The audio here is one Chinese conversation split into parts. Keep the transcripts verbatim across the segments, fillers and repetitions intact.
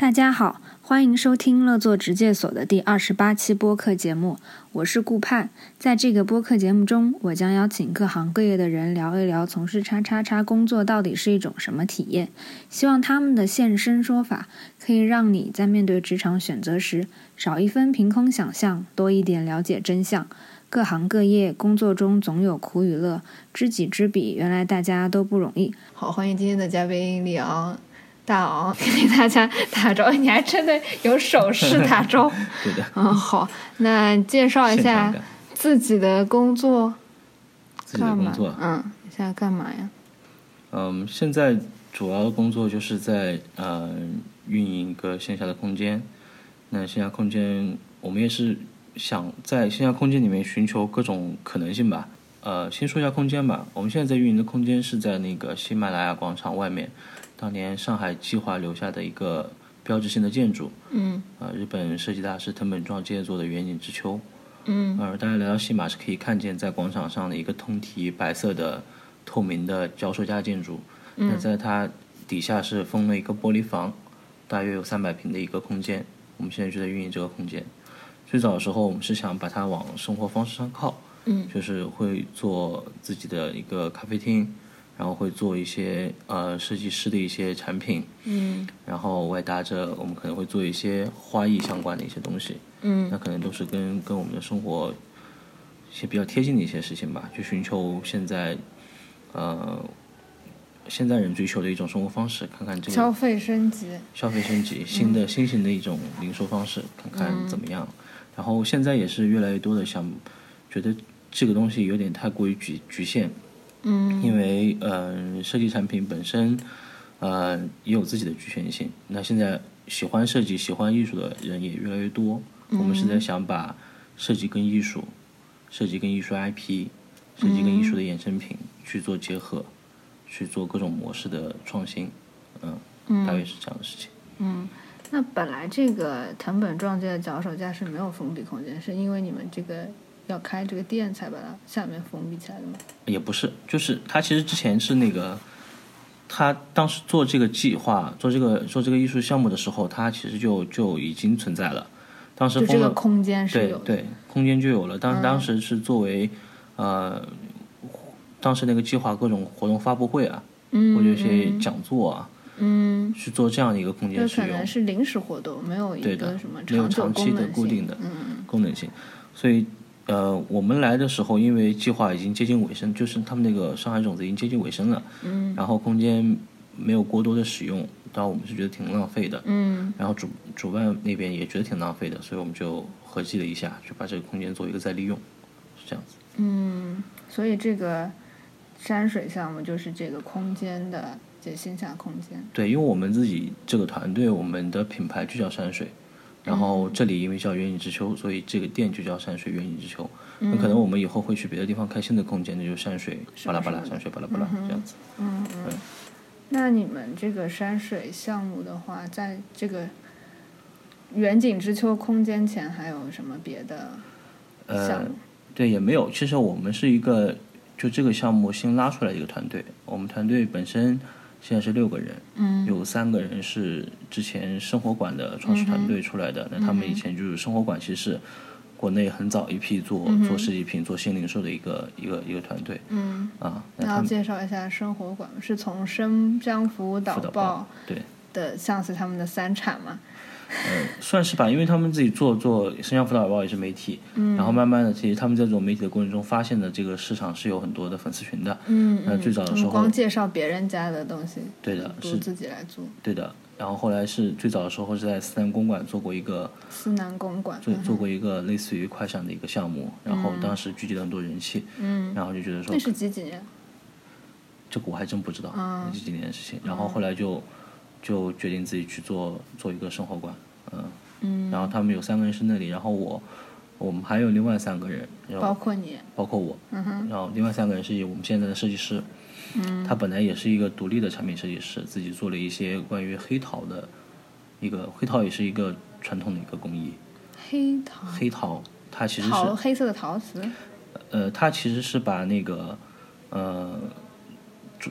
大家好，欢迎收听乐作直介所的第二十八期播客节目，我是顾盼。在这个播客节目中，我将邀请各行各业的人聊一聊从事叉叉叉工作到底是一种什么体验，希望他们的现身说法可以让你在面对职场选择时少一分凭空想象，多一点了解真相。各行各业工作中总有苦与乐，知己知彼，原来大家都不容易。 好，欢迎今天的嘉宾李昂。大昂给大家打招呼，你还真的有手势打招呼。 对的。 嗯，好，那介绍一下自己的工作。 自己的工作， 嗯，现在干嘛呀？ 嗯，现在主要的工作就是在呃运营一个线下的空间。那线下空间，我们也是想在线下空间里面寻求各种可能性吧。呃，先说一下空间吧。我们现在在运营的空间是在那个喜马拉雅广场外面。当年上海计划留下的一个标志性的建筑， 嗯， 呃，日本设计大师藤本壮介做的远景之丘， 嗯， 呃，大家来到西马是可以看见在广场上的一个通体白色的透明的脚手架建筑， 嗯， 那在它底下是封了一个玻璃房，大约有三百平的一个空间，我们现在就在运营这个空间。最早的时候，我们是想把它往生活方式上靠， 嗯， 就是会做自己的一个咖啡厅。然后会做一些呃设计师的一些产品， 嗯， 然后外搭着我们可能会做一些花艺相关的一些东西， 嗯， 那可能都是跟跟我们的生活一些比较贴近的一些事情吧，去寻求现在呃现在人追求的一种生活方式，看看这个消费升级， 消费升级新的、嗯、新型的一种零售方式，看看怎么样。嗯、然后现在也是越来越多的想觉得这个东西有点太过于局局限。 嗯， 因为呃，设计产品本身，呃，也有自己的局限性。那现在喜欢设计、喜欢艺术的人也越来越多。 嗯、 我们是在想把设计跟艺术、设计跟艺术 I P、设计跟艺术的衍生品去做结合，嗯、去做各种模式的创新。嗯， 嗯大约是这样的事情。 嗯，那本来这个藤本壮介的脚手架是没有封闭空间，是因为你们这个。要开这个店才把它下面封闭起来的吗？ 也不是，就是他其实之前是那个，他当时做这个计划、做这个做这个艺术项目的时候，他其实就就已经存在了。当时封了就这个空间是有的， 对对，空间就有了。当时、嗯、当时是作为呃，当时那个计划各种活动发布会啊， 嗯、 或者一些讲座啊。 嗯， 去做这样的一个空间使用， 可能是临时活动，没有一个什么没有长期的固定的功能性， 嗯、 所以。呃，我们来的时候，因为计划已经接近尾声，就是他们那个上海种子已经接近尾声了， 嗯， 然后空间没有过多的使用，当然我们是觉得挺浪费的， 嗯， 然后主主办那边也觉得挺浪费的，所以我们就合计了一下，就把这个空间做一个再利用，是这样子。 嗯，所以这个山水项目就是这个空间的这线下空间。 对，因为我们自己这个团队，我们的品牌就叫山水。然后这里因为叫远影之丘，所以这个店就叫山水远影之丘。 嗯、 那可能我们以后会去别的地方开新的空间，那就山水巴拉巴拉，山水巴拉巴拉这样子。 嗯嗯。嗯那你们这个山水项目的话，在这个远景之丘空间前还有什么别的项目？ 呃，对，也没有。其实我们是一个就这个项目新拉出来的一个团队，我们团队本身。现在是六个人， 嗯， 有三个人是之前生活馆的创始团队出来的， 嗯、 那他们以前就是生活馆，其实是国内很早一批做、 嗯、 做设计品、做新零售的一个一个一个团队， 嗯啊， 那要介绍一下生活馆，是从生姜福导报对的，像是他们的三产嘛。 呃，算是吧，因为他们自己做做生姜福导报也是媒体， 嗯， 然后慢慢的，其实他们在做媒体的过程中，发现的这个市场是有很多的粉丝群的， 嗯， 那最早的时候光介绍别人家的东西， 对的， 是自己来做， 对的。然后后来是最早的时候是在思南公馆做过一个思南公馆做做过一个类似于快闪的一个项目， 嗯、 然后当时聚集了很多人气， 嗯， 然后就觉得说那是几几年？ 这个我还真不知道， 嗯， 几几年的事情。然后后来就就决定自己去做做一个生活馆，嗯。 嗯， 然后他们有三个人是那里，然后我，我们还有另外三个人， 包括你， 包括我， 嗯哼， 然后另外三个人是我们现在的设计师， 嗯， 他本来也是一个独立的产品设计师，自己做了一些关于黑陶的，一个黑陶也是一个传统的一个工艺， 黑陶， 黑陶，它其实是陶黑色的陶瓷， 呃，它其实是把那个，呃，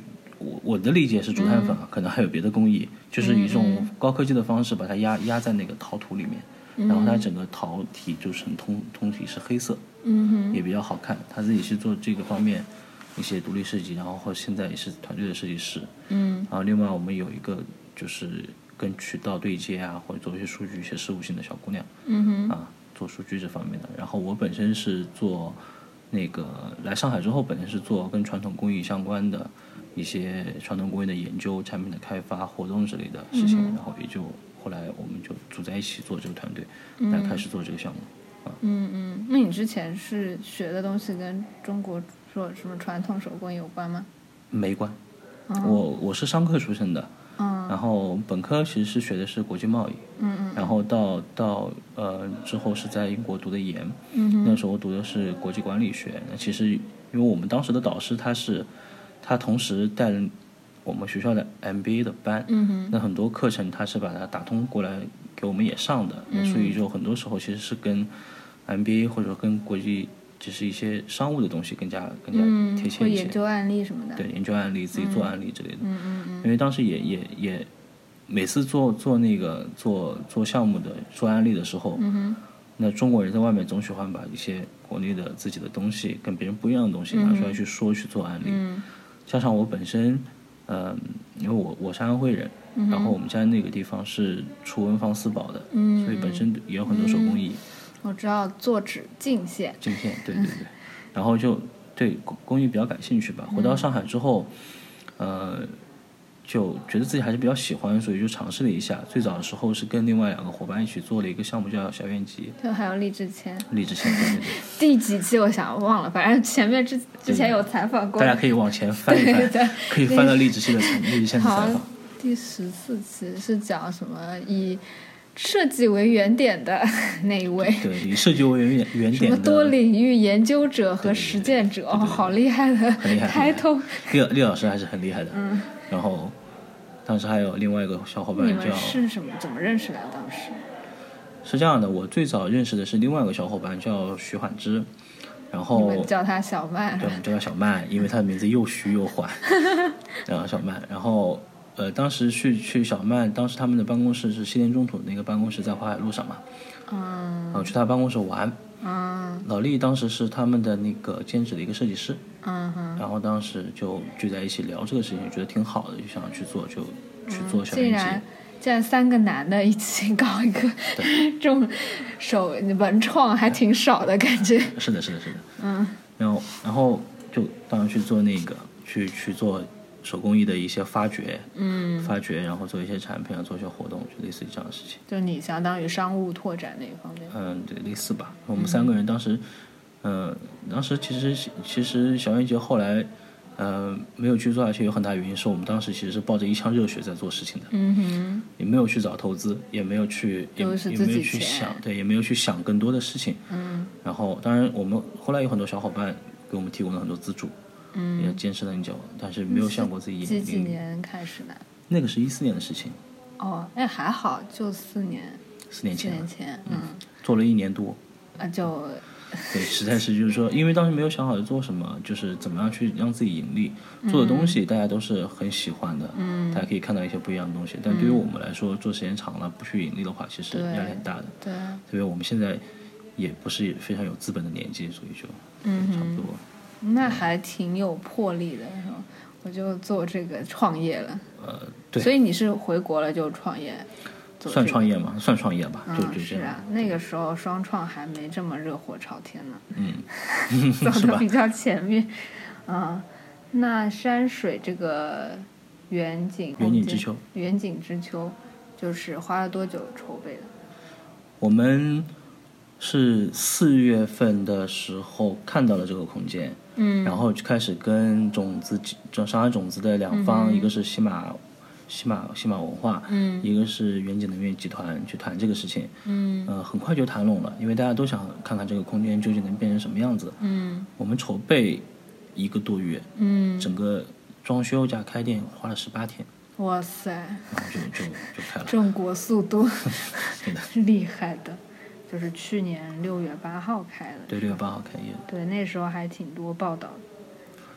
我我的理解是竹炭粉、啊、可能还有别的工艺，就是以一种高科技的方式把它压压在那个陶土里面，然后它整个陶体就是通通体是黑色， 嗯哼， 也比较好看。他自己是做这个方面一些独立设计，然后现在也是团队的设计师。 嗯， 然后另外我们有一个就是跟渠道对接啊，或者做一些数据、一些事务性的小姑娘。 嗯哼， 啊，做数据这方面的。然后我本身是做那个来上海之后，本身是做跟传统工艺相关的一些传统工艺的研究、产品的开发、活动之类的事情。 嗯、 然后也就后来我们就组在一起做这个团队，来开始做这个项目。啊、 嗯嗯，那你之前是学的东西跟中国做什么传统手工有关吗？ 没关， 哦、 我我是商科出身的。 嗯， 然后本科其实是学的是国际贸易， 嗯嗯， 然后到到呃之后是在英国读的研， 嗯那时候读的是国际管理学。那其实因为我们当时的导师他是他同时带了我们学校的 M B A 的班， 嗯哼， 那很多课程他是把它打通过来给我们也上的， 嗯、 所以就很多时候其实是跟 M B A 或者跟国际就是一些商务的东西更加更加贴切一些， 嗯、研究案例什么的， 对，研究案例自己做案例之类的， 嗯嗯嗯， 因为当时也也也每次做做那个做做项目的做案例的时候， 嗯哼， 那中国人在外面总喜欢把一些国内的自己的东西跟别人不一样的东西拿出来去说、嗯、去做案例， 嗯， 加上我本身，嗯、呃，因为我我是安徽人、 嗯， 然后我们家那个地方是出文房四宝的， 嗯， 所以本身也有很多手工艺。 嗯、我知道做纸镜线， 镜线，对对对，然后就对工艺比较感兴趣吧。回到上海之后，呃，就觉得自己还是比较喜欢，所以就尝试了一下。最早的时候是跟另外两个伙伴一起做了一个项目，叫小院集。 对，还有励志签。 励志签，对对对。 第几期我想忘了，反正前面之之前有采访过。 大家可以往前翻一翻， 对对可以翻到励志期的励志签的采访。 第十四期是讲什么以设计为原点的那一位， 对，以设计为原原点的什么多领域研究者和实践者， 对对对对对对哦，好厉害的， 很厉害， 开头。 厉厉老师还是很厉害的。 嗯。 然后，当时还有另外一个小伙伴叫。 你们是什么？怎么认识的？当时？ 是这样的，我最早认识的是另外一个小伙伴叫徐缓之，然后你们叫他小曼。 对，我们叫他小曼，因为他的名字又徐又缓，然后小曼，然后。呃，当时去去小曼，当时他们的办公室是西滇中土那个办公室在淮海路上嘛， 嗯， 然后去他办公室玩， 嗯， 老厉当时是他们的那个兼职的一个设计师， 嗯哼， 然后当时就聚在一起聊这个事情，觉得挺好的，就想去做，就去做小院集。竟然，竟然三个男的一起搞一个这种手文创，还挺少的感觉。 是的，是的，是的， 嗯， 然后然后就当时去做那个，去去做。手工艺的一些发掘， 嗯， 发掘，然后做一些产品啊，做一些活动，就类似于这样的事情。 就你相当于商务拓展那一方面。 嗯，对，类似吧。我们三个人当时，嗯、呃，当时其实其实小院集后来，呃，没有去做下去，有很大原因是我们当时其实是抱着一腔热血在做事情的。 嗯哼。 也没有去找投资，也没有去，也也没有去想，对，也没有去想更多的事情。 嗯。 然后，当然我们后来有很多小伙伴给我们提供了很多资助。 嗯， 也坚持了很久，但是没有想过自己。 几几年开始的？ 那个是一四年的事情。 哦，那还好，就四年。 四年前。 四年前， 嗯，做了一年多。 啊，就。 对，实在是就是说，因为当时没有想好做什么，就是怎么样去让自己盈利。做的东西大家都是很喜欢的， 嗯， 大家可以看到一些不一样的东西。但对于我们来说，做时间长了不去盈利的话，其实压力很大的。 对。 所以我们现在也不是非常有资本的年纪，所以就嗯差不多。 那还挺有魄力的，是吧？我就做这个创业了。 呃，对。 所以你是回国了就创业？这个、 算创业吗？算创业吧， 嗯、 就就这样。 是啊，那个时候双创还没这么热火朝天呢。 嗯， 走的比较前面。啊、嗯，那山水这个远景， 远景之秋， 远景之秋，就是花了多久筹备的？ 我们是四月份的时候看到了这个空间。 嗯， 然后就开始跟种子，上海种子的两方， 嗯、 一个是西马，西马西马文化， 嗯， 一个是远景能源集团去谈这个事情， 嗯， 呃，很快就谈拢了，因为大家都想看看这个空间究竟能变成什么样子， 嗯， 我们筹备一个多月， 嗯， 整个装修加开店花了十八天， 哇塞， 然后就就就开了， 中国速度， 对的， 厉害的。就是去年六月八号开的， 对，六月八号开业。 对，那时候还挺多报道的。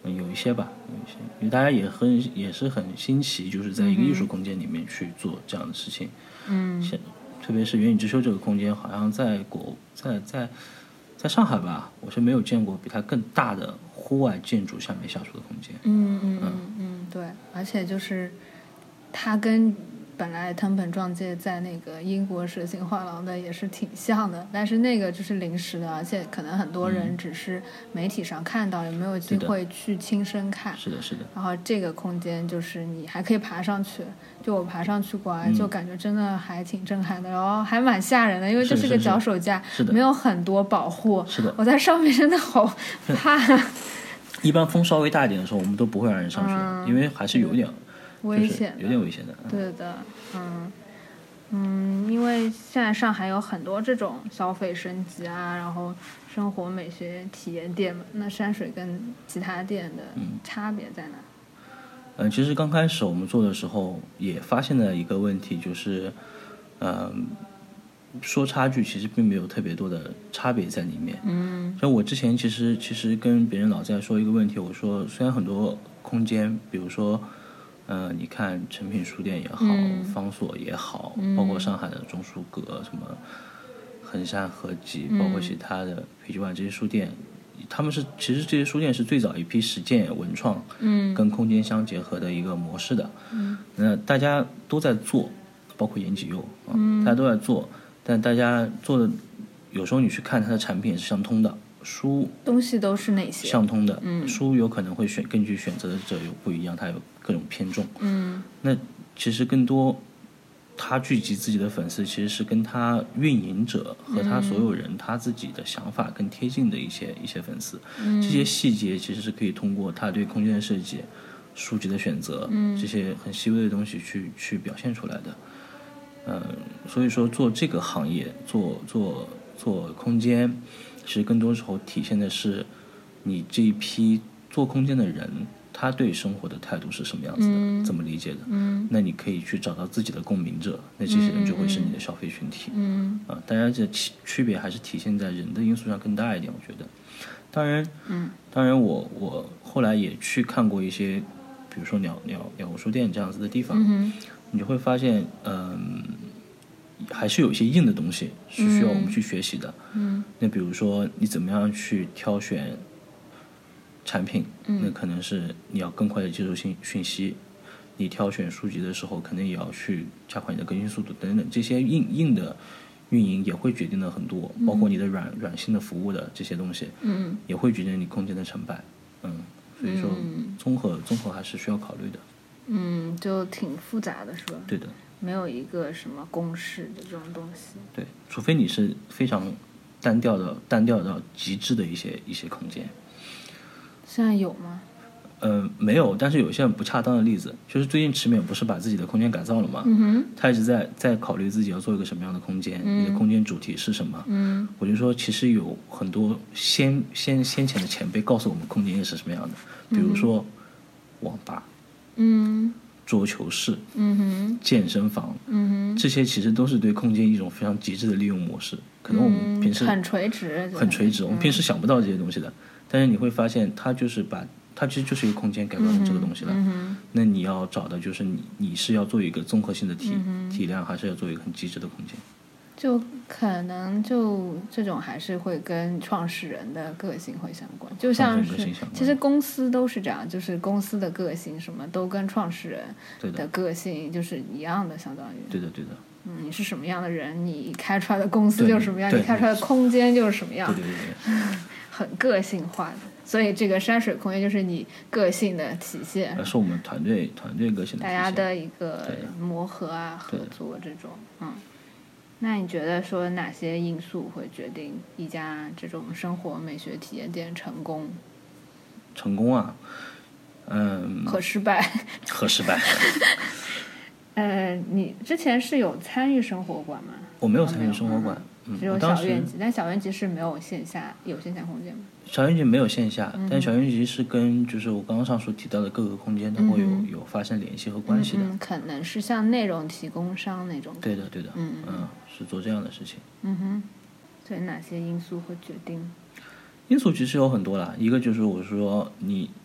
嗯，有一些吧，有一些，因为大家也很也是很新奇，就是在一个艺术空间里面去做这样的事情。 嗯， 特别是元宇之丘这个空间，好像在国在在在上海吧，我是没有见过比它更大的户外建筑下面下厨的空间。 嗯嗯嗯嗯，对，而且就是它跟本来藤本壮介在那个英国蛇形画廊的也是挺像的，但是那个就是临时的，而且可能很多人只是媒体上看到，也没有机会去亲身看。 是的，是的。 然后这个空间就是你还可以爬上去，就我爬上去过，嗯、就感觉真的还挺震撼的，然后还蛮吓人的，因为这是个脚手架， 是的， 没有很多保护。 是的， 我在上面真的好怕。 一般风稍微大一点的时候，我们都不会让人上去，嗯、因为还是有点。 危险、 就是、有点危险的。 对的，嗯嗯，因为现在上海有很多这种消费升级啊，然后生活美学体验店嘛，那山水跟其他店的差别在哪？ 嗯、呃，其实刚开始我们做的时候也发现了一个问题，就是嗯、呃，说差距其实并没有特别多的差别在里面。 嗯， 像我之前其实其实跟别人老在说一个问题，我说虽然很多空间，比如说。呃，你看诚品书店也好， 嗯、 方所也好、 嗯， 包括上海的中书阁、什么衡山合集、 嗯， 包括其他的P G One这些书店，他们是其实这些书店是最早一批实践文创， 嗯， 跟空间相结合的一个模式的。 嗯， 那大家都在做，包括延吉佑啊、 嗯， 大家都在做，但大家做的有时候你去看它的产品也是相通的。书东西都是哪些相通的、 嗯、 书有可能会选根据选择的者有不一样，它有各种偏重。 嗯， 那其实更多他聚集自己的粉丝，其实是跟他运营者和他所有人、嗯、他自己的想法更贴近的一些一些粉丝。 嗯， 这些细节其实是可以通过他对空间的设计、书籍的选择、 嗯、 这些很细微的东西去去表现出来的。嗯、呃，所以说做这个行业，做做做空间。其实更多时候体现的是你这一批做空间的人，他对生活的态度是什么样子的、 嗯、 怎么理解的、 嗯、 那你可以去找到自己的共鸣者，那这些人就会是你的消费群体。 嗯啊，大家这区别还是体现在人的因素上更大一点，我觉得。当然， 嗯， 当然我我后来也去看过一些，比如说鸟鸟鸟屋书店这样子的地方、 嗯、 你就会发现嗯。还是有一些硬的东西是需要我们去学习的。 嗯， 那比如说你怎么样去挑选产品， 嗯、 那可能是你要更快的接受信讯息。你挑选书籍的时候，可能也要去加快你的更新速度等等。这些硬硬的运营也会决定了很多， 嗯、 包括你的软软性的服务的这些东西， 嗯， 也会决定你空间的成败。嗯，所以说综合综合还是需要考虑的。 嗯，就挺复杂的，是吧？ 对的。 没有一个什么公式的这种东西。 对，除非你是非常单调的、单调到极致的一些一些空间。 现在有吗？ 嗯，没有，但是有一些很不恰当的例子，就是最近池美不是把自己的空间改造了吗？ 嗯哼， 他一直在在考虑自己要做一个什么样的空间， 嗯、 你的空间主题是什么？ 嗯， 我就说其实有很多先先先前的前辈告诉我们空间是什么样的，比如说、嗯、网吧。 嗯。 桌球室、 嗯哼， 健身房， 嗯哼， 这些其实都是对空间一种非常极致的利用模式。可能我们平时、 嗯、很垂直， 很垂直，我们平时想不到这些东西的。嗯、但是你会发现，它就是把它其实就是一个空间改造成这个东西了。 嗯哼， 那你要找的就是你你是要做一个综合性的体、 嗯、 体量，还是要做一个很极致的空间？ 就可能就这种还是会跟创始人的个性会相关，就像是其实公司都是这样，就是公司的个性什么都跟创始人的个性就是一样的，相当于对的对的。 嗯，你是什么样的人，你开出来的公司就是什么样，你开出来的空间就是什么样， 对对对对， 很个性化的。所以这个山水空间就是你个性的体现， 是我们团队团队个性的体现， 大家的一个磨合啊合作这种。嗯，那你觉得说哪些因素会决定一家这种生活美学体验店成功？ 成功啊，嗯， 和失败， 和失败。 呃，你之前是有参与生活馆吗？ 我没有参与生活馆， 嗯、只有小院集，但小院集是没有线下，有线下空间吗？ 小院集没有线下， 嗯、 但小院集是跟就是我刚刚上述提到的各个空间都会有、 嗯、 有发生联系和关系的、 嗯，可能是像内容提供商那种。 对的，对的， 嗯嗯，是做这样的事情。 嗯哼，所以哪些因素会决定？ 因素其实有很多啦，一个就是我说你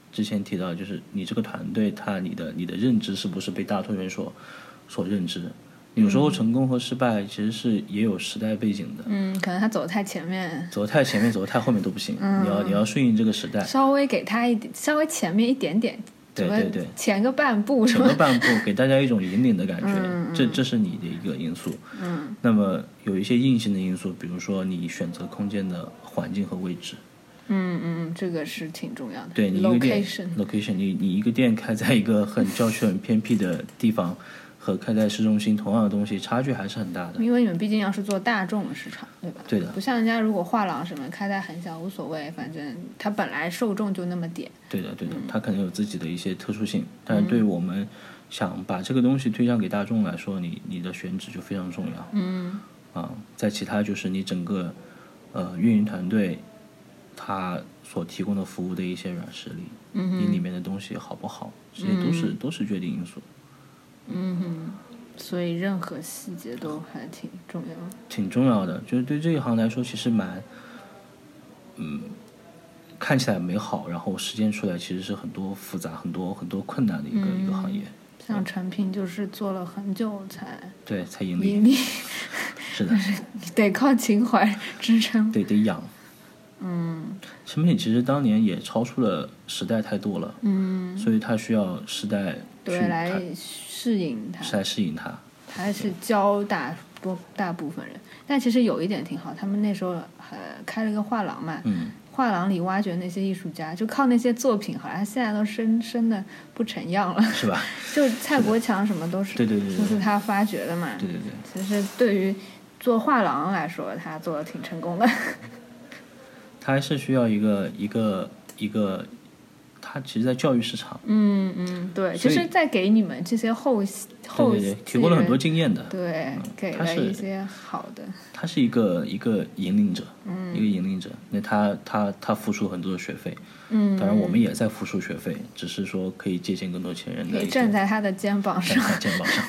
之前提到，就是你这个团队，他你的你的认知是不是被大多数人所所认知？有时候成功和失败其实是也有时代背景的。 嗯，可能他走得太前面， 走得太前面，走得太后面都不行。 嗯、 你要你要顺应这个时代， 稍微给他一点，稍微前面一点点。 对对对， 前个半步， 前个半步，给大家一种引领的感觉， 嗯、 这这是你的一个因素。 嗯， 那么有一些硬性的因素，比如说你选择空间的环境和位置。 嗯嗯，这个是挺重要的。 对，你一个店 location， location， 你你一个店开在一个很郊区、很偏僻的地方，和开在市中心，同样的东西差距还是很大的。 因为你们毕竟要是做大众市场，对吧？ 对的。 不像人家如果画廊什么开在很小无所谓，反正它本来受众就那么点。 对的对的，它可能有自己的一些特殊性，但是对于我们想把这个东西推向给大众来说，你你的选址就非常重要。 嗯。 啊，在其他就是你整个呃运营团队，他所提供的服务的一些软实力， 嗯， 你里面的东西好不好，这些都是、 嗯、 都是决定因素。 嗯哼，所以任何细节都还挺重要。 挺重要的，就是对这一行来说，其实蛮，嗯，看起来美好，然后实践出来其实是很多复杂、很多很多困难的一个、 嗯、 一个行业。 像陈平就是做了很久才对才盈利， 盈利是的， 得靠情怀支撑， 对得养。 嗯， 陈品其实当年也超出了时代太多了， 嗯， 所以他需要时代对来适应他， 来适应他。 他还是教大多大部分人，但其实有一点挺好，他们那时候呃开了一个画廊嘛， 嗯， 画廊里挖掘那些艺术家，就靠那些作品，好像现在都深深的不成样了， 是吧？ 就蔡国强什么都是， 对对对， 都是他发掘的嘛。 对对对。 其实对于做画廊来说，他做的挺成功的。 他还是需要一个一个一个，他其实在教育市场。 嗯嗯，对，其实在给你们这些后后对对对提供了很多经验的。 对， 嗯、 给了一些好的。 他是一个一个引领者， 嗯， 一个引领者。那他他他付出很多的学费， 嗯， 当然我们也在付出学费，只是说可以借鉴更多前人的。 可以站在他的肩膀上。 站在肩膀上。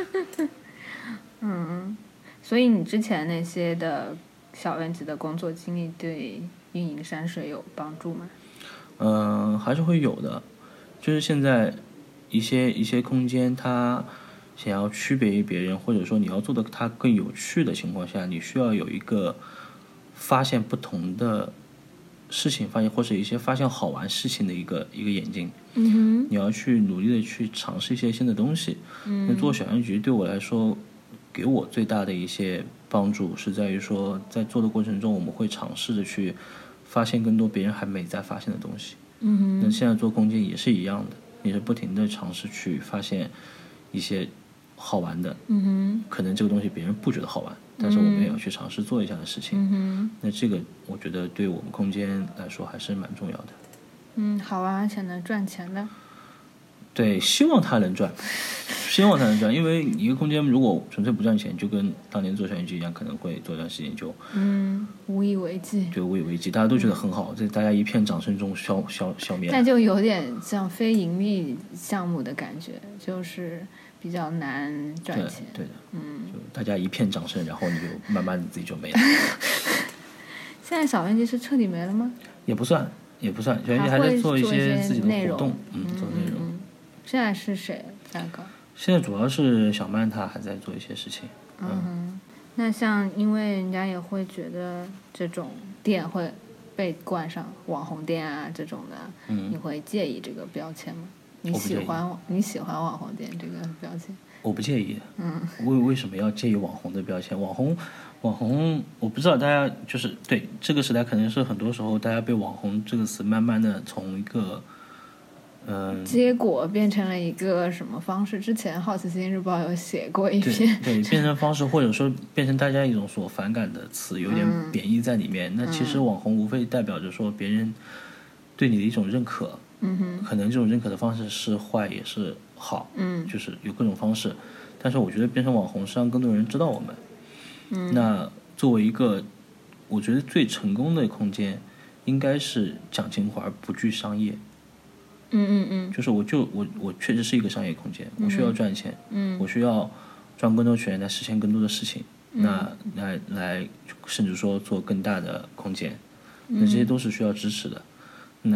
嗯，所以你之前那些的小面积的工作经历对运营山水有帮助吗？ 嗯、呃，还是会有的。就是现在一些一些空间，它想要区别于别人，或者说你要做的它更有趣的情况下，你需要有一个发现不同的事情，发现或者一些发现好玩事情的一个一个眼睛。 嗯哼， 你要去努力的去尝试一些新的东西。 嗯， 那做小样局对我来说，给我最大的一些帮助是在于说，在做的过程中，我们会尝试着去发现更多别人还没在发现的东西。 嗯哼， 那现在做空间也是一样的，你是不停的尝试去发现一些好玩的。 嗯哼， 可能这个东西别人不觉得好玩，但是我们也要去尝试做一下的事情。 嗯哼， 那这个我觉得对我们空间来说还是蛮重要的。 嗯，好玩而且能赚钱的。 对，希望它能赚，希望它能赚，因为一个空间如果纯粹不赚钱，就跟当年做小园区一样，可能会做一段时间就嗯无以为继， 就无以为继，大家都觉得很好，在大家一片掌声中消消消灭了。 那就有点像非盈利项目的感觉，就是比较难赚钱。 对, 对的， 嗯， 就大家一片掌声，然后你就慢慢的自己就没了。 现在小园区是彻底没了吗？ 也不算，也不算，小园区还在做一些自己的活动，嗯，做内容。 嗯，现在是谁在搞？ 现在主要是小曼，她还在做一些事情。 嗯哼，那像因为人家也会觉得这种店会被冠上网红店啊这种的， 嗯， 你会介意这个标签吗？你喜欢你喜欢网红店这个标签？ 我不介意。 嗯， 为为什么要介意网红的标签？网红，网红，我不知道大家就是对这个时代，可能是很多时候大家被网红这个词慢慢的从一个。嗯， 结果变成了一个什么方式？之前《好奇心日报》有写过一篇， 对，对变成方式，或者说变成大家一种所反感的词，有点贬义在里面。 嗯、 那其实网红无非代表着说别人对你的一种认可， 嗯哼， 可能这种认可的方式是坏也是好， 嗯， 就是有各种方式。但是我觉得变成网红是让更多人知道我们。 嗯， 那作为一个，我觉得最成功的空间，应该是讲情怀而不惧商业。 嗯嗯嗯， 就是我就我我确实是一个商业空间，我需要赚钱， 嗯， 我需要赚更多钱来实现更多的事情， 嗯、 那来来甚至说做更大的空间，那这些都是需要支持的。那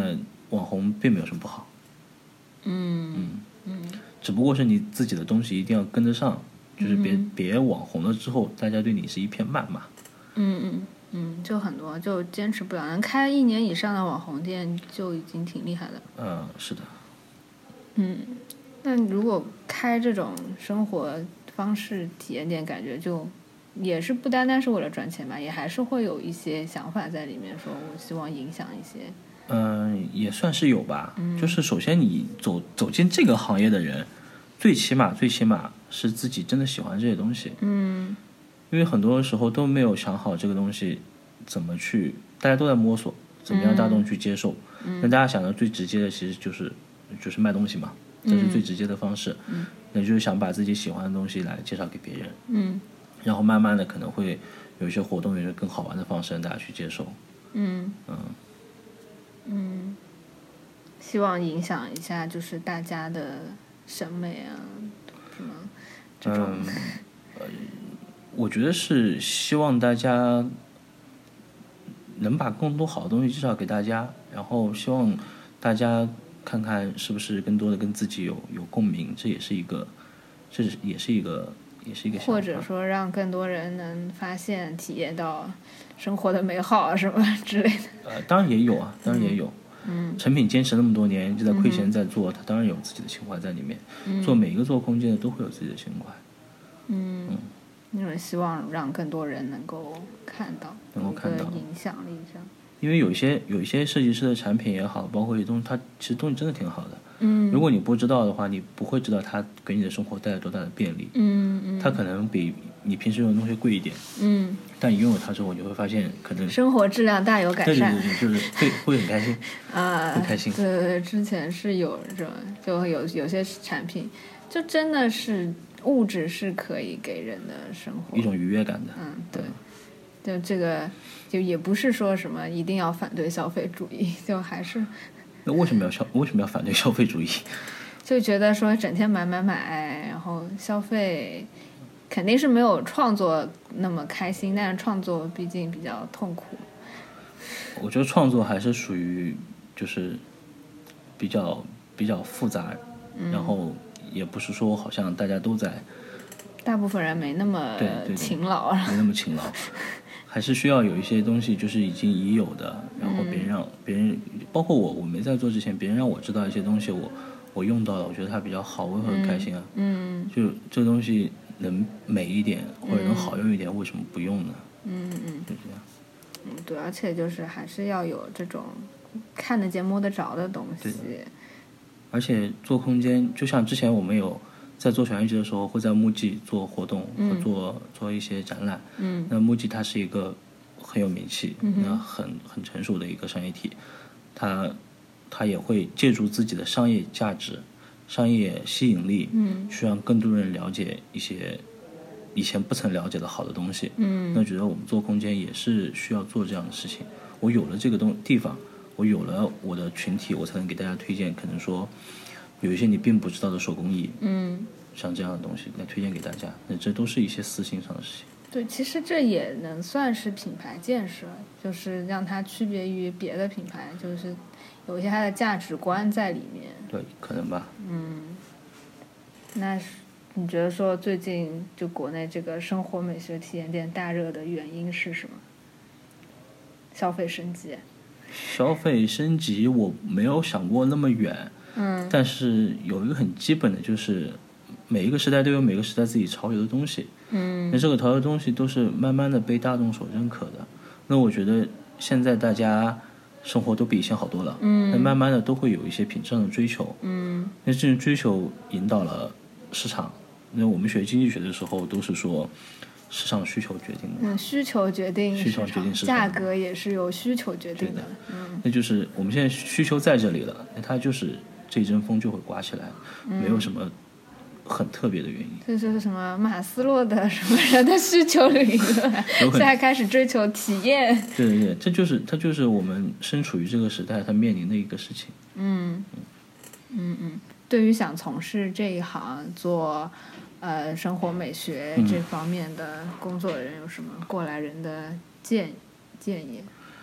网红并没有什么不好。 嗯嗯嗯， 只不过是你自己的东西一定要跟得上，就是别、 嗯、 别网红了之后，大家对你是一片谩骂。 嗯嗯嗯，就很多就坚持不了，能开一年以上的网红店就已经挺厉害的。 嗯，是的。 嗯，那如果开这种生活方式体验店，感觉就也是不单单是为了赚钱吧，也还是会有一些想法在里面，说我希望影响一些。 嗯，也算是有吧。 嗯、 就是首先你走走进这个行业的人，最起码最起码是自己真的喜欢这些东西。 嗯， 因为很多时候都没有想好这个东西怎么去，大家都在摸索，怎么样大众去接受。 嗯， 那大家想的最直接的其实就是就是卖东西嘛，这是最直接的方式。 嗯， 那就是想把自己喜欢的东西来介绍给别人。 嗯， 然后慢慢的可能会有一些活动，有一些更好玩的方式让大家去接受。 嗯嗯嗯，希望影响一下就是大家的审美啊，什么这种。 嗯呃，我觉得是希望大家能把更多好的东西介绍给大家，然后希望大家看看是不是更多的跟自己有有共鸣，这也是一个，这也是一个也是一个想法。 或者说让更多人能发现体验到生活的美好啊什么之类的。 呃，当然也有啊，当然也有。 嗯， 成品坚持那么多年，就在亏钱在做，他当然有自己的情怀在里面。 嗯、 做每一个做空间的都会有自己的情怀。 嗯， 嗯， 那种希望让更多人能够看到， 能够看到影响力上。 因为有一些有一些设计师的产品也好，包括一些东西，它其实东西真的挺好的。 嗯， 如果你不知道的话，你不会知道它给你的生活带来多大的便利。 嗯嗯， 它可能比你平时用的东西贵一点。 嗯， 但你拥有它之后，你会发现可能生活质量大有改善。 对对对，就是会会很开心啊， 会开心。 对对对，之前是有这种，就有有些产品，就真的是物质是可以给人的生活一种愉悦感的。 嗯，对。就这个，就也不是说什么一定要反对消费主义，就还是。 那为什么要消？为什么要反对消费主义？ 就觉得说整天买买买，然后消费，肯定是没有创作那么开心，但是创作毕竟比较痛苦。 我觉得创作还是属于就是比较比较复杂， 嗯、 然后也不是说好像大家都在。 大部分人没那么勤劳， 对对对没那么勤劳。还是需要有一些东西，就是已经已有的，然后别人让、嗯、别人，包括我，我没在做之前，别人让我知道一些东西，我我用到了，我觉得它比较好，我会很开心啊。 嗯， 就这个东西能美一点或者能好用一点，嗯、为什么不用呢？ 嗯嗯， 就这样。 嗯，对，而且就是还是要有这种看得见摸得着的东西。 而且做空间，就像之前我们有。在做小园集的时候，会在木记做活动和做、嗯、做一些展览。 嗯， 那木记它是一个很有名气、 嗯、 那很很成熟的一个商业体，它它也会借助自己的商业价值、商业吸引力， 嗯， 去让更多人了解一些以前不曾了解的好的东西。 嗯， 那觉得我们做空间也是需要做这样的事情。我有了这个东地方，我有了我的群体，我才能给大家推荐。可能说。有一些你并不知道的手工艺， 嗯， 像这样的东西来推荐给大家，那这都是一些私心上的事情。 对，其实这也能算是品牌建设，就是让它区别于别的品牌，就是有一些它的价值观在里面。 对，可能吧。 嗯，那你觉得说最近就国内这个生活美学体验店大热的原因是什么？消费升级。 消费升级，我没有想过那么远。 嗯， 但是有一个很基本的，就是每一个时代都有每个时代自己潮流的东西。 嗯， 那这个潮流的东西都是慢慢的被大众所认可的。那我觉得现在大家生活都比以前好多了。 嗯， 那慢慢的都会有一些品质上的追求。 嗯， 那这种追求引导了市场。那我们学经济学的时候都是说，市场需求决定的。 嗯，需求决定需求决定市场， 价格也是由需求决定的。嗯， 那就是我们现在需求在这里了，那它就是。这一阵风就会刮起来，没有什么很特别的原因。 这就是什么马斯洛的什么人的需求理论，现在开始追求体验。 对对对，这就是它就是我们身处于这个时代，它面临的一个事情。 嗯嗯嗯，对于想从事这一行做呃生活美学这方面的工作的人，有什么过来人的建建议？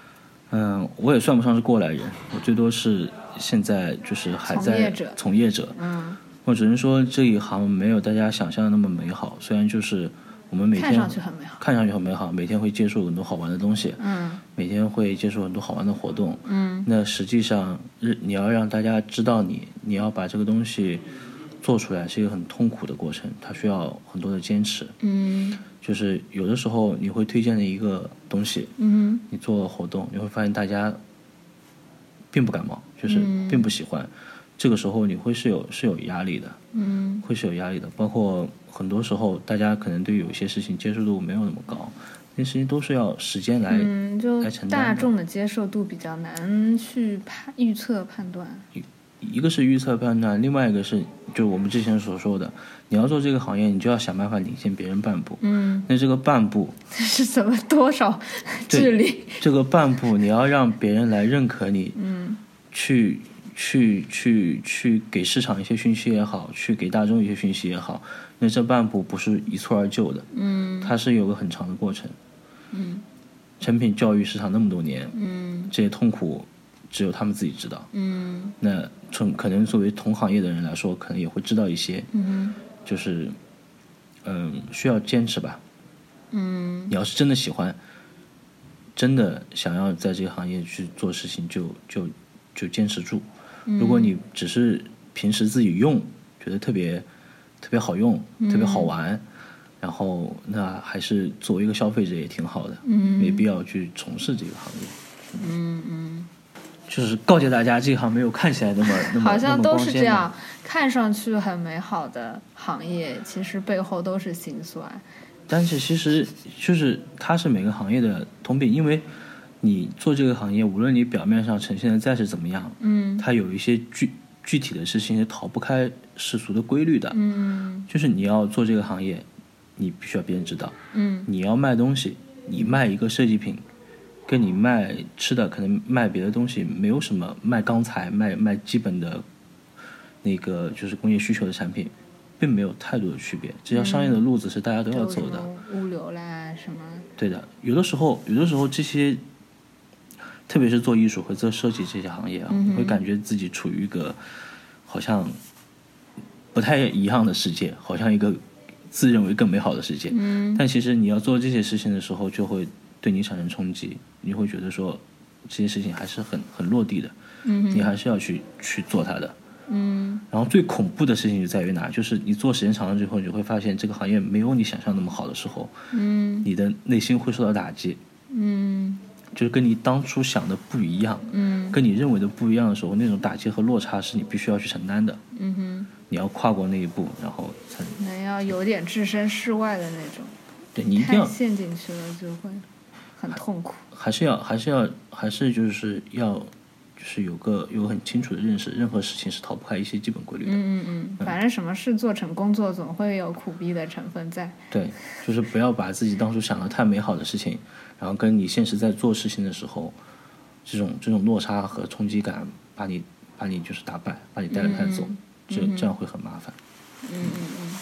嗯，我也算不上是过来人，我最多是现在就是还在从业者。 从业者。 嗯， 我只能说这一行没有大家想象的那么美好，虽然就是我们每天看上去很美好， 看上去很美好，每天会接触很多好玩的东西， 嗯， 每天会接触很多好玩的活动， 嗯， 那实际上你要让大家知道你，你要把这个东西做出来是一个很痛苦的过程，它需要很多的坚持。 嗯， 就是有的时候你会推荐的一个东西， 嗯， 你做活动，你会发现大家并不感冒，就是并不喜欢。嗯、这个时候你会是有是有压力的， 嗯， 会是有压力的。包括很多时候，大家可能对有一些事情接受度没有那么高，那些事情都是要时间来、 嗯、就来承担的。 大众的接受度比较难去判预测判断。 一个是预测判断，另外一个是就我们之前所说的，你要做这个行业，你就要想办法领先别人半步。 嗯， 那这个半步是怎么多少距离？ 这个半步你要让别人来认可你， 嗯， 去去去去给市场一些讯息也好，去给大众一些讯息也好，那这半步不是一蹴而就的。 嗯， 它是有个很长的过程。 嗯， 产品教育市场那么多年， 嗯， 这些痛苦只有他们自己知道。 嗯， 那从可能作为同行业的人来说，可能也会知道一些。 嗯， 就是嗯，需要坚持吧。 嗯， 你要是真的喜欢，真的想要在这个行业去做事情，就就就坚持住。 嗯、 如果你只是平时自己用，觉得特别特别好用， 嗯、 特别好玩，然后那还是作为一个消费者也挺好的。 嗯， 没必要去从事这个行业。 嗯嗯。 就是告诫大家，这一行没有看起来那么那么好像都是这样，看上去很美好的行业，其实背后都是辛酸。 但是其实就是它是每个行业的通病，因为你做这个行业，无论你表面上呈现的再是怎么样， 嗯， 它有一些具具体的事情是逃不开世俗的规律的。 嗯， 就是你要做这个行业，你必须要别人知道。 嗯， 你要卖东西，你卖一个设计品。跟你卖吃的可能卖别的东西没有什么，卖钢材卖卖基本的那个就是工业需求的产品并没有太多的区别，这条商业的路子是大家都要走的。 嗯、物流啦什么对的，有的时候有的时候这些特别是做艺术和做设计这些行业啊， 嗯、 你会感觉自己处于一个好像不太一样的世界，好像一个自认为更美好的世界。 嗯， 但其实你要做这些事情的时候就会对你产生冲击，你会觉得说这些事情还是很很落地的。 嗯， 你还是要去去做它的。 嗯， 然后最恐怖的事情就在于哪，就是你做时间长了之后，你会发现这个行业没有你想象那么好的时候， 嗯， 你的内心会受到打击。 嗯， 就是跟你当初想的不一样， 嗯， 跟你认为的不一样的时候，那种打击和落差是你必须要去承担的。 嗯哼， 你要跨过那一步，然后才那要有点置身事外的那种。 对，你一定要太陷进去了，就会很痛苦。 还是要还是要还是就是要就是有个有个很清楚的认识，任何事情是逃不开一些基本规律的。 嗯嗯嗯，反正什么事做成工作，总会有苦逼的成分在。 对，就是不要把自己当初想的太美好的事情，然后跟你现实在做事情的时候，这种这种落差和冲击感，把你把你就是打败，把你带着带走， 嗯、 这这样会很麻烦。 嗯嗯嗯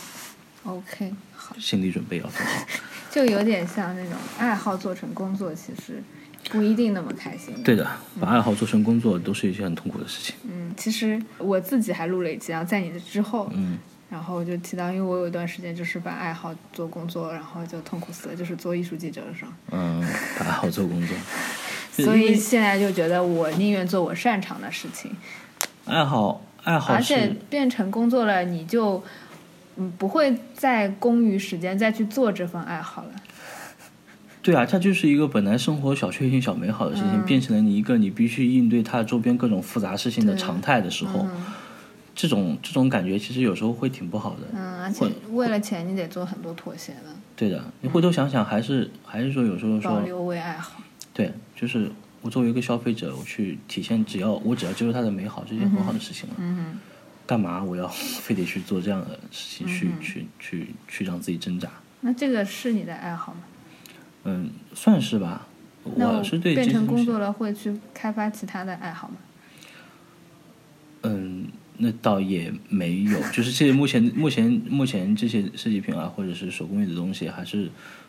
，OK， 好， 心理准备要做好。 就有点像那种爱好做成工作，其实不一定那么开心。 对的，把爱好做成工作都是一件很痛苦的事情。 嗯，其实我自己还录了一期，然后在你的之后， 嗯， 然后就提到，因为我有一段时间就是把爱好做工作，然后就痛苦死了，就是做艺术记者的时候。 嗯，把爱好做工作。 所以现在就觉得我宁愿做我擅长的事情。 爱好，爱好， 而且变成工作了，你就嗯不会再空余时间再去做这份爱好了。 对啊，它就是一个本来生活小确幸、小美好的事情， 嗯、 变成了你一个你必须应对它周边各种复杂事情的常态的时候， 嗯、 这种这种感觉其实有时候会挺不好的。 嗯，而且为了钱，你得做很多妥协的。 对的，你回头想想，还是、嗯、还是说有时候说保留为爱好。 对，就是我作为一个消费者，我去体现，只要我只要接受它的美好，这件很好的事情了。 嗯哼。 干嘛我要非得去做这样的事情，去、 嗯、 去去去让自己挣扎？ 那这个是你的爱好吗？ 嗯，算是吧。我是对变成工作了会去开发其他的爱好吗？ 嗯，那倒也没有，就是这些目前目前目前这些设计品啊，或者是手工艺的东西，还是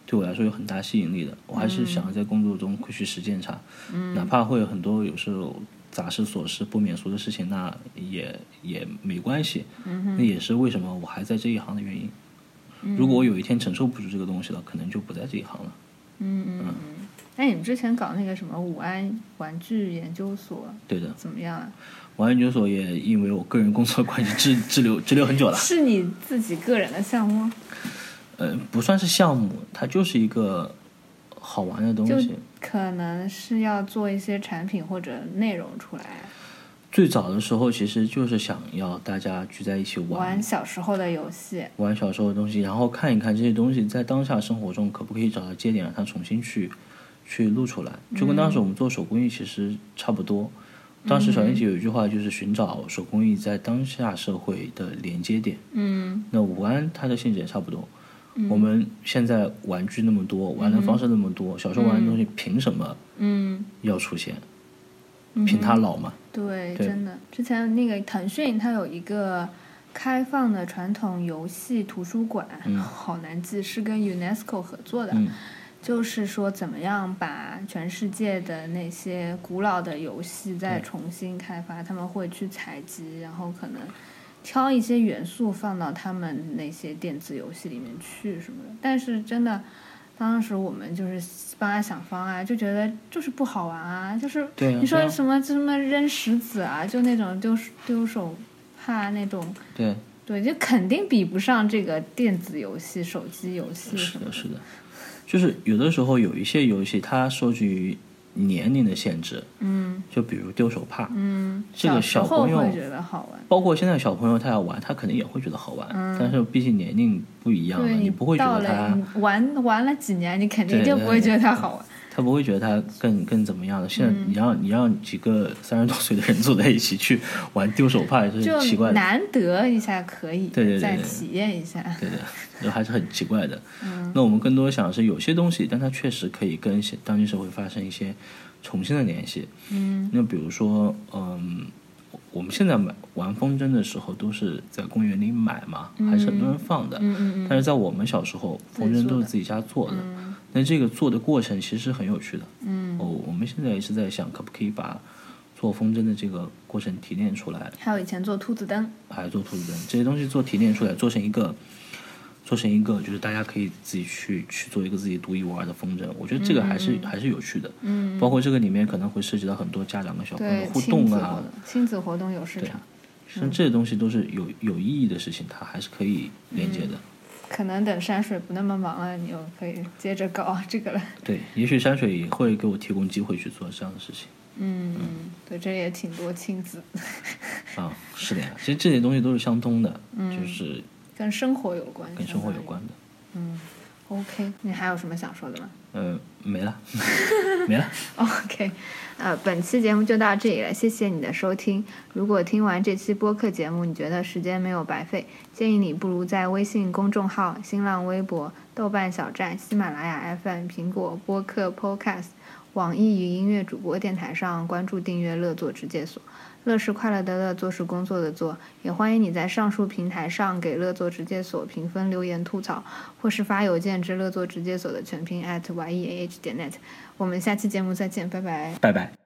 对我来说有很大吸引力的。我还是想在工作中会去实践它，嗯、哪怕会有很多有时候杂事琐事不免俗的事情，那也也没关系。 嗯、 那也是为什么我还在这一行的原因。 嗯、 如果我有一天承受不住这个东西了，可能就不在这一行了。 嗯嗯嗯。那你们之前搞那个什么武安玩具研究所， 对的， 怎么样啊？ 武安研究所也因为我个人工作关系滞滞留滞留很久了。 是你自己个人的项目？ 呃，不算是项目，它就是一个好玩的东西。 就可能是要做一些产品或者内容出来。 最早的时候其实就是想要大家聚在一起玩玩小时候的游戏， 玩小时候的东西，然后看一看这些东西在当下生活中可不可以找到接点，让它重新去去录出来，就跟当时我们做手工艺其实差不多。嗯、当时小天体有一句话就是寻找手工艺在当下社会的连接点。 嗯， 那武安它的性质也差不多。嗯、我们现在玩具那么多，玩的方式那么多，嗯、小时候玩的东西凭什么嗯要出现？ 嗯、 凭它老嘛？ 对， 对， 真的。之前那个腾讯它有一个开放的传统游戏图书馆， 嗯、 好难记，是跟 UNESCO 合作的。 嗯， 就是说怎么样把全世界的那些古老的游戏再重新开发，他们会去采集，然后可能挑一些元素放到他们那些电子游戏里面去什么的。但是真的当时我们就是帮他想方案，就觉得就是不好玩啊，就是你说什么什么扔石子啊，就那种丢丢手帕那种， 对对，就肯定比不上这个电子游戏、手机游戏什么的。 是的，是的。就是有的时候有一些游戏它受制于年龄的限制，嗯，就比如丢手帕， 嗯， 这个小朋友会觉得好玩， 包括现在小朋友他要玩，他肯定也会觉得好玩，嗯、但是毕竟年龄不一样了， 你不会觉得他玩玩了几年，你肯定就不会觉得他好玩。 他不会觉得他更更怎么样的。现在你让、嗯、你让几个三十多岁的人坐在一起去玩丢手帕也是奇怪的， 就难得一下可以对对对再体验一下， 对对，就还是很奇怪的。 嗯、 那我们更多想的是有些东西，但它确实可以跟当今社会发生一些重新的联系。 嗯， 那比如说，嗯，我们现在买玩风筝的时候都是在公园里买嘛， 嗯、 还是很多人放的。 嗯嗯嗯。 但是在我们小时候，风筝都是自己家做的。 嗯。 那这个做的过程其实很有趣的。 嗯。 哦，我们现在也是在想，可不可以把做风筝的这个过程提炼出来。 还有以前做兔子灯。 还有做兔子灯，这些东西做提炼出来，做成一个。做成一个就是大家可以自己去去做一个自己独一无二的风筝，我觉得这个还是、 嗯、 还是有趣的。 嗯， 包括这个里面可能会涉及到很多家长跟小朋友的互动啊， 亲子活动有市场， 像这些东西都是有有意义的事情，它还是可以连接的。 嗯、可能等山水不那么忙了，你又可以接着搞这个了。 对，也许山水会给我提供机会去做这样的事情。 嗯嗯，对，这也挺多亲子。 啊，是的呀，其实这些东西都是相通的， 嗯、 就是跟生活有关， 跟生活有关的。 嗯 ，OK， 你还有什么想说的吗？ 呃，没了，没了。 OK， 呃，本期节目就到这里了，谢谢你的收听。如果听完这期播客节目，你觉得时间没有白费，建议你不如在微信公众号、新浪微博、豆瓣小站、喜马拉雅 F M、苹果播客 Podcast、网易云音乐主播电台上关注订阅乐作直介所。乐是快乐的乐，做是工作的做，也欢迎你在上述平台上给乐作直介所评分、留言、吐槽，或是发邮件至乐作直介所的全拼 at y e a h 点 net。我们下期节目再见，拜拜， 拜拜。